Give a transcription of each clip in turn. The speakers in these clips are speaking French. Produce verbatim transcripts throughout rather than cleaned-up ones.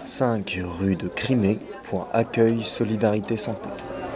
cinq rue de Crimée pour Accueil Solidarité Santé.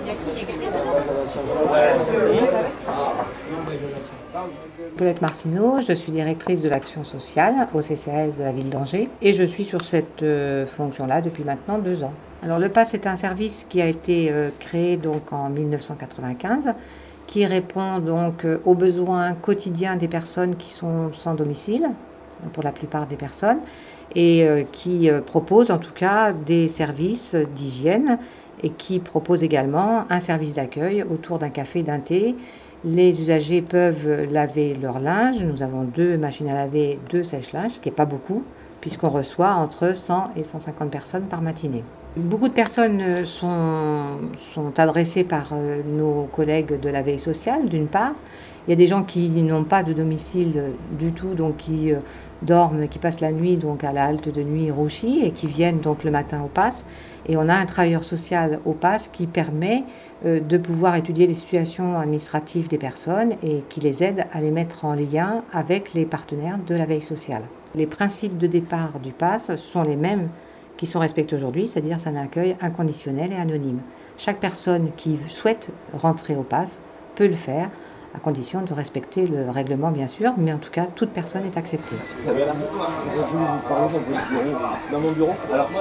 Paulette Martineau, je suis directrice de l'action sociale au C C A S de la ville d'Angers et je suis sur cette euh, fonction-là depuis maintenant deux ans. Alors le PASS est un service qui a été euh, créé donc en dix-neuf cent quatre-vingt-quinze, qui répond donc euh, aux besoins quotidiens des personnes qui sont sans domicile, pour la plupart des personnes, et euh, qui euh, propose en tout cas des services d'hygiène et qui propose également un service d'accueil autour d'un café, d'un thé. Les usagers peuvent laver leur linge. Nous avons deux machines à laver, deux sèche-linges, ce qui n'est pas beaucoup, puisqu'on reçoit entre cent et cent cinquante personnes par matinée. Beaucoup de personnes sont, sont adressées par nos collègues de la veille sociale, d'une part. Il y a des gens qui n'ont pas de domicile du tout, donc qui dorment, qui passent la nuit donc à la halte de nuit Rouchy et qui viennent donc le matin au PASS. Et on a un travailleur social au PASS qui permet de pouvoir étudier les situations administratives des personnes et qui les aide à les mettre en lien avec les partenaires de la veille sociale. Les principes de départ du PASS sont les mêmes qui sont respectés aujourd'hui, c'est-à-dire c'est un accueil inconditionnel et anonyme. Chaque personne qui souhaite rentrer au PASS peut le faire, à condition de respecter le règlement bien sûr, mais en tout cas toute personne est acceptée. Vous savez là, vous parlez dans mon bureau. Alors,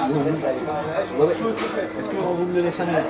est-ce que vous me donnez cinq minutes?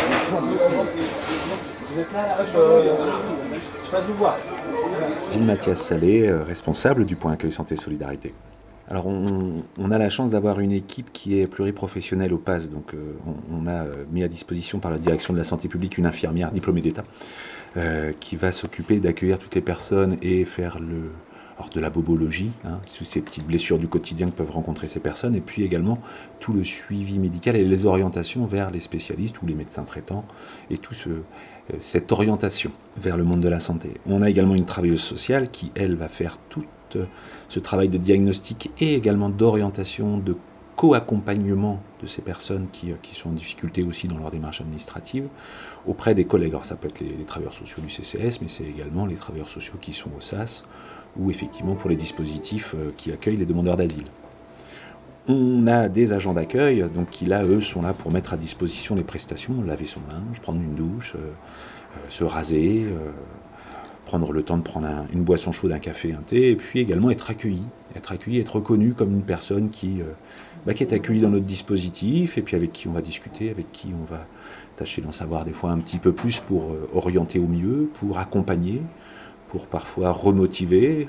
Vous êtes là, là je, je passe vous voir. Gilles Mathias Salé, responsable du point Accueil Santé Solidarité. Alors on, on a la chance d'avoir une équipe qui est pluriprofessionnelle au PASS, donc euh, on, on a mis à disposition par la direction de la santé publique une infirmière diplômée d'État euh, qui va s'occuper d'accueillir toutes les personnes et faire le, alors de la bobologie, hein, toutes ces petites blessures du quotidien que peuvent rencontrer ces personnes, et puis également tout le suivi médical et les orientations vers les spécialistes ou les médecins traitants et tout ce, cette orientation vers le monde de la santé. On a également une travailleuse sociale qui, elle, va faire tout ce travail de diagnostic et également d'orientation, de co-accompagnement de ces personnes qui, qui sont en difficulté aussi dans leur démarche administrative auprès des collègues. Alors ça peut être les, les travailleurs sociaux du C C S, mais c'est également les travailleurs sociaux qui sont au S A S ou effectivement pour les dispositifs qui accueillent les demandeurs d'asile. On a des agents d'accueil donc qui là, eux, sont là pour mettre à disposition les prestations, laver son linge, prendre une douche, euh, euh, se raser, euh, prendre le temps de prendre un, une boisson chaude, un café, un thé, et puis également être accueilli, être accueilli, être reconnu comme une personne qui, euh, bah, qui est accueillie dans notre dispositif, et puis avec qui on va discuter, avec qui on va tâcher d'en savoir des fois un petit peu plus pour euh, orienter au mieux, pour accompagner, pour parfois remotiver,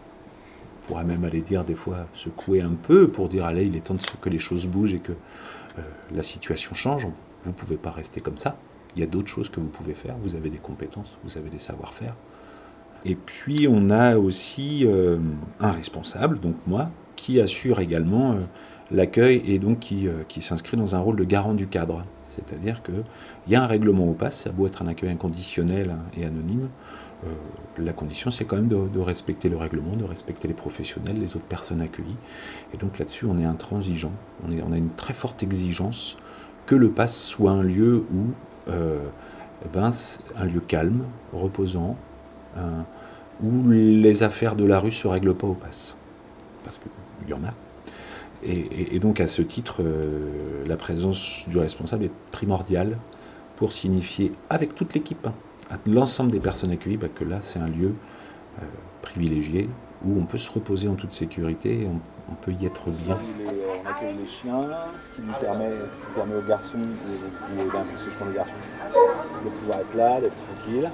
on pourra même aller dire des fois secouer un peu, pour dire allez, il est temps de que les choses bougent et que euh, la situation change, vous ne pouvez pas rester comme ça, il y a d'autres choses que vous pouvez faire, vous avez des compétences, vous avez des savoir-faire. Et puis on a aussi euh, un responsable, donc moi, qui assure également euh, l'accueil et donc qui, euh, qui s'inscrit dans un rôle de garant du cadre. C'est-à-dire qu'il y a un règlement au PASS, ça a beau être un accueil inconditionnel hein, et anonyme, euh, la condition c'est quand même de, de respecter le règlement, de respecter les professionnels, les autres personnes accueillies. Et donc là-dessus on est intransigeant, on, est, on a une très forte exigence que le PASS soit un lieu où, euh, eh ben, un lieu calme, reposant, Un, où les affaires de la rue ne se règlent pas au PASS, parce qu'il y en a. Et, et, et donc à ce titre, euh, la présence du responsable est primordiale pour signifier avec toute l'équipe, hein, à l'ensemble des personnes accueillies, bah, que là c'est un lieu euh, privilégié où on peut se reposer en toute sécurité et on, on peut y être bien. On accueille les chiens, ce qui nous permet, ce qui permet aux garçons, ou aux garçons, de pouvoir être là, d'être tranquille.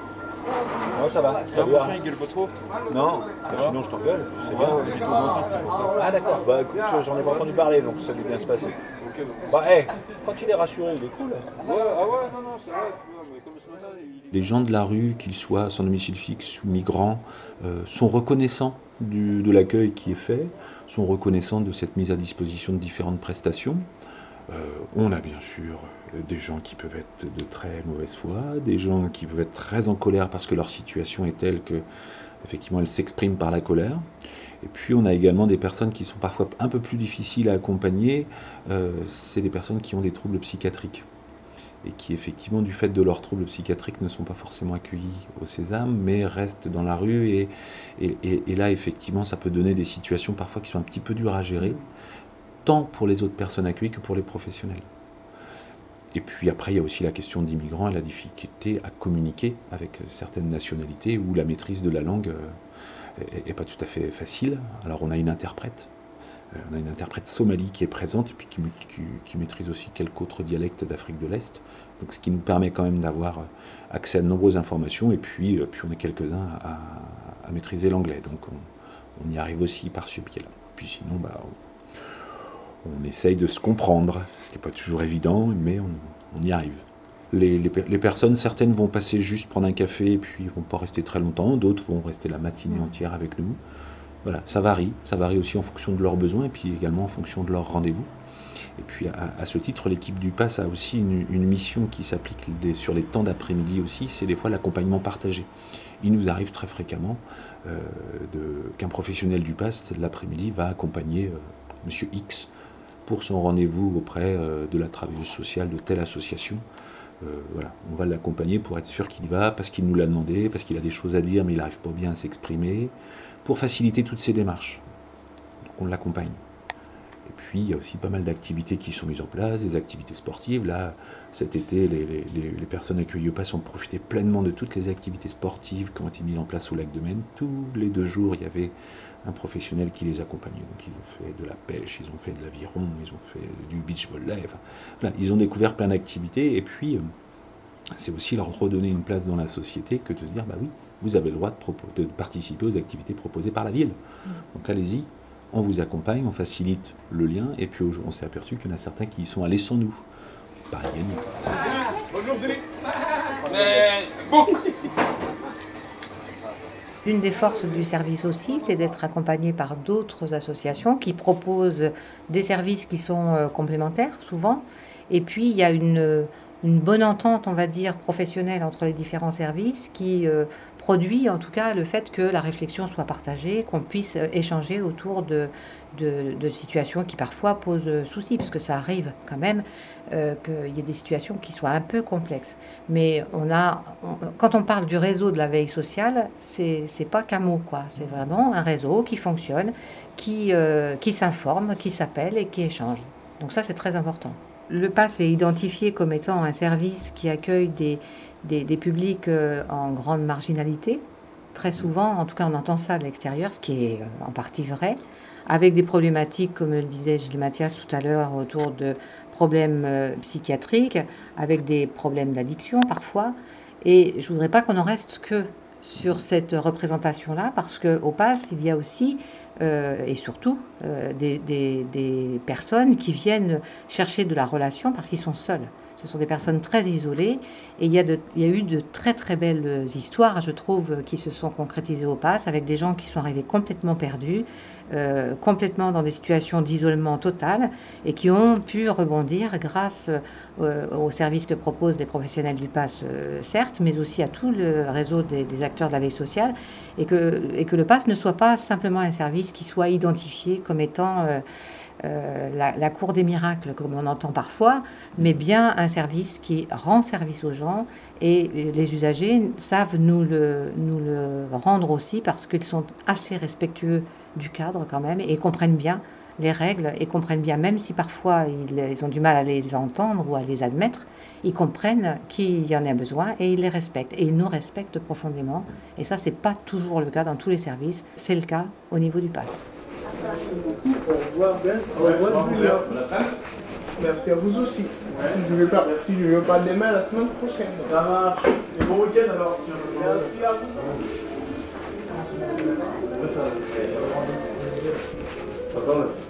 Non, ça va. C'est un bon chien, il gueule pas trop? Non, bah, sinon je t'engueule, c'est bien. Ouais, plutôt dentiste, c'est pour ça. Ah d'accord, bah écoute, j'en ai pas entendu parler, donc ça doit bien se passer. Okay, bon. Bah hé, hey, quand il est rassuré, il est cool. Ouais, ah ouais, non, non, c'est vrai, mais comme ce matin, il... Les gens de la rue, qu'ils soient sans domicile fixe ou migrants, euh, sont reconnaissants du, de l'accueil qui est fait, sont reconnaissants de cette mise à disposition de différentes prestations. Euh, on a bien sûr des gens qui peuvent être de très mauvaise foi, des gens qui peuvent être très en colère parce que leur situation est telle que, effectivement, elle s'exprime par la colère. Et puis on a également des personnes qui sont parfois un peu plus difficiles à accompagner, euh, c'est des personnes qui ont des troubles psychiatriques et qui, effectivement, du fait de leurs troubles psychiatriques, ne sont pas forcément accueillis au Sésame, mais restent dans la rue. Et, et, et, et là, effectivement, ça peut donner des situations parfois qui sont un petit peu dures à gérer. tant pour les autres personnes accueillies que pour les professionnels. Et puis après, il y a aussi la question d'immigrants et la difficulté à communiquer avec certaines nationalités où la maîtrise de la langue n'est pas tout à fait facile. Alors on a une interprète, on a une interprète somali qui est présente et puis qui, qui, qui maîtrise aussi quelques autres dialectes d'Afrique de l'Est. Donc ce qui nous permet quand même d'avoir accès à de nombreuses informations et puis, puis on est quelques-uns à, à maîtriser l'anglais. Donc on, on y arrive aussi par ce biais-là. Puis sinon, bah, on essaye de se comprendre, ce qui n'est pas toujours évident, mais on, on y arrive. Les, les, les personnes, certaines vont passer juste prendre un café et puis ils vont pas rester très longtemps, d'autres vont rester la matinée entière avec nous. Voilà, ça varie, ça varie aussi en fonction de leurs besoins et puis également en fonction de leurs rendez-vous. Et puis à, à ce titre, l'équipe du P A S a aussi une, une mission qui s'applique les, sur les temps d'après-midi aussi, c'est des fois l'accompagnement partagé. Il nous arrive très fréquemment euh, de, qu'un professionnel du P A S, l'après-midi, va accompagner euh, Monsieur X pour son rendez-vous auprès euh, de la travailleuse sociale de telle association. Euh, voilà, on va l'accompagner pour être sûr qu'il y va, parce qu'il nous l'a demandé, parce qu'il a des choses à dire, mais il n'arrive pas bien à s'exprimer, pour faciliter toutes ces démarches. Donc on l'accompagne. Et puis il y a aussi pas mal d'activités qui sont mises en place, des activités sportives. Là, cet été, les, les, les personnes accueillies au P A S ont profité pleinement de toutes les activités sportives qui ont été mises en place au lac de Maine. Tous les deux jours, il y avait un professionnel qui les accompagnait. Donc ils ont fait de la pêche, ils ont fait de l'aviron, ils ont fait du beach volley. Enfin, voilà, ils ont découvert plein d'activités. Et puis, euh, c'est aussi leur redonner une place dans la société que de se dire, bah oui, vous avez le droit de, propos- de participer aux activités proposées par la ville. Mmh. Donc allez-y. On vous accompagne, on facilite le lien, et puis on s'est aperçu qu'il y en a certains qui y sont allés sans nous. Pareil gagné. Bonjour Philippe. Mais beaucoup. L'une des forces du service aussi, c'est d'être accompagné par d'autres associations qui proposent des services qui sont complémentaires, souvent. Et puis, il y a une, une bonne entente, on va dire, professionnelle entre les différents services qui euh, produit en tout cas le fait que la réflexion soit partagée, qu'on puisse échanger autour de, de, de situations qui parfois posent souci, parce que ça arrive quand même euh, qu'il y ait des situations qui soient un peu complexes. Mais on a, on, quand on parle du réseau de la veille sociale, c'est, c'est pas qu'un mot, quoi. C'est vraiment un réseau qui fonctionne, qui, euh, qui s'informe, qui s'appelle et qui échange. Donc ça, c'est très important. Le P A S est identifié comme étant un service qui accueille des, des, des publics en grande marginalité. Très souvent, en tout cas, on entend ça de l'extérieur, ce qui est en partie vrai, avec des problématiques, comme le disait Gilles Mathias tout à l'heure, autour de problèmes psychiatriques, avec des problèmes d'addiction parfois. Et je ne voudrais pas qu'on en reste que sur cette représentation-là, parce qu'au P A S, il y a aussi, euh, et surtout, euh, des, des, des personnes qui viennent chercher de la relation parce qu'ils sont seuls. Ce sont des personnes très isolées, et il y a, de, il y a eu de très très belles histoires, je trouve, qui se sont concrétisées au P A S, avec des gens qui sont arrivés complètement perdus, euh, complètement dans des situations d'isolement total, et qui ont pu rebondir grâce euh, aux services que proposent les professionnels du P A S, euh, certes, mais aussi à tout le réseau des, des acteurs de la veille sociale, et que, et que le P A S ne soit pas simplement un service qui soit identifié comme étant euh, euh, la, la cour des miracles, comme on entend parfois, mais bien un service qui rend service aux gens, et les usagers savent nous le, nous le rendre aussi parce qu'ils sont assez respectueux du cadre quand même et comprennent bien les règles et comprennent bien, même si parfois ils, ils ont du mal à les entendre ou à les admettre, ils comprennent qu'il y en a besoin et ils les respectent et ils nous respectent profondément, et ça c'est pas toujours le cas dans tous les services, c'est le cas au niveau du P A S. Merci à vous aussi. Ouais. Si je ne veux pas, si je veux pas demain, la semaine prochaine. Ça marche. Et bon week-end alors. Si on veut. Merci à vous aussi. Attends.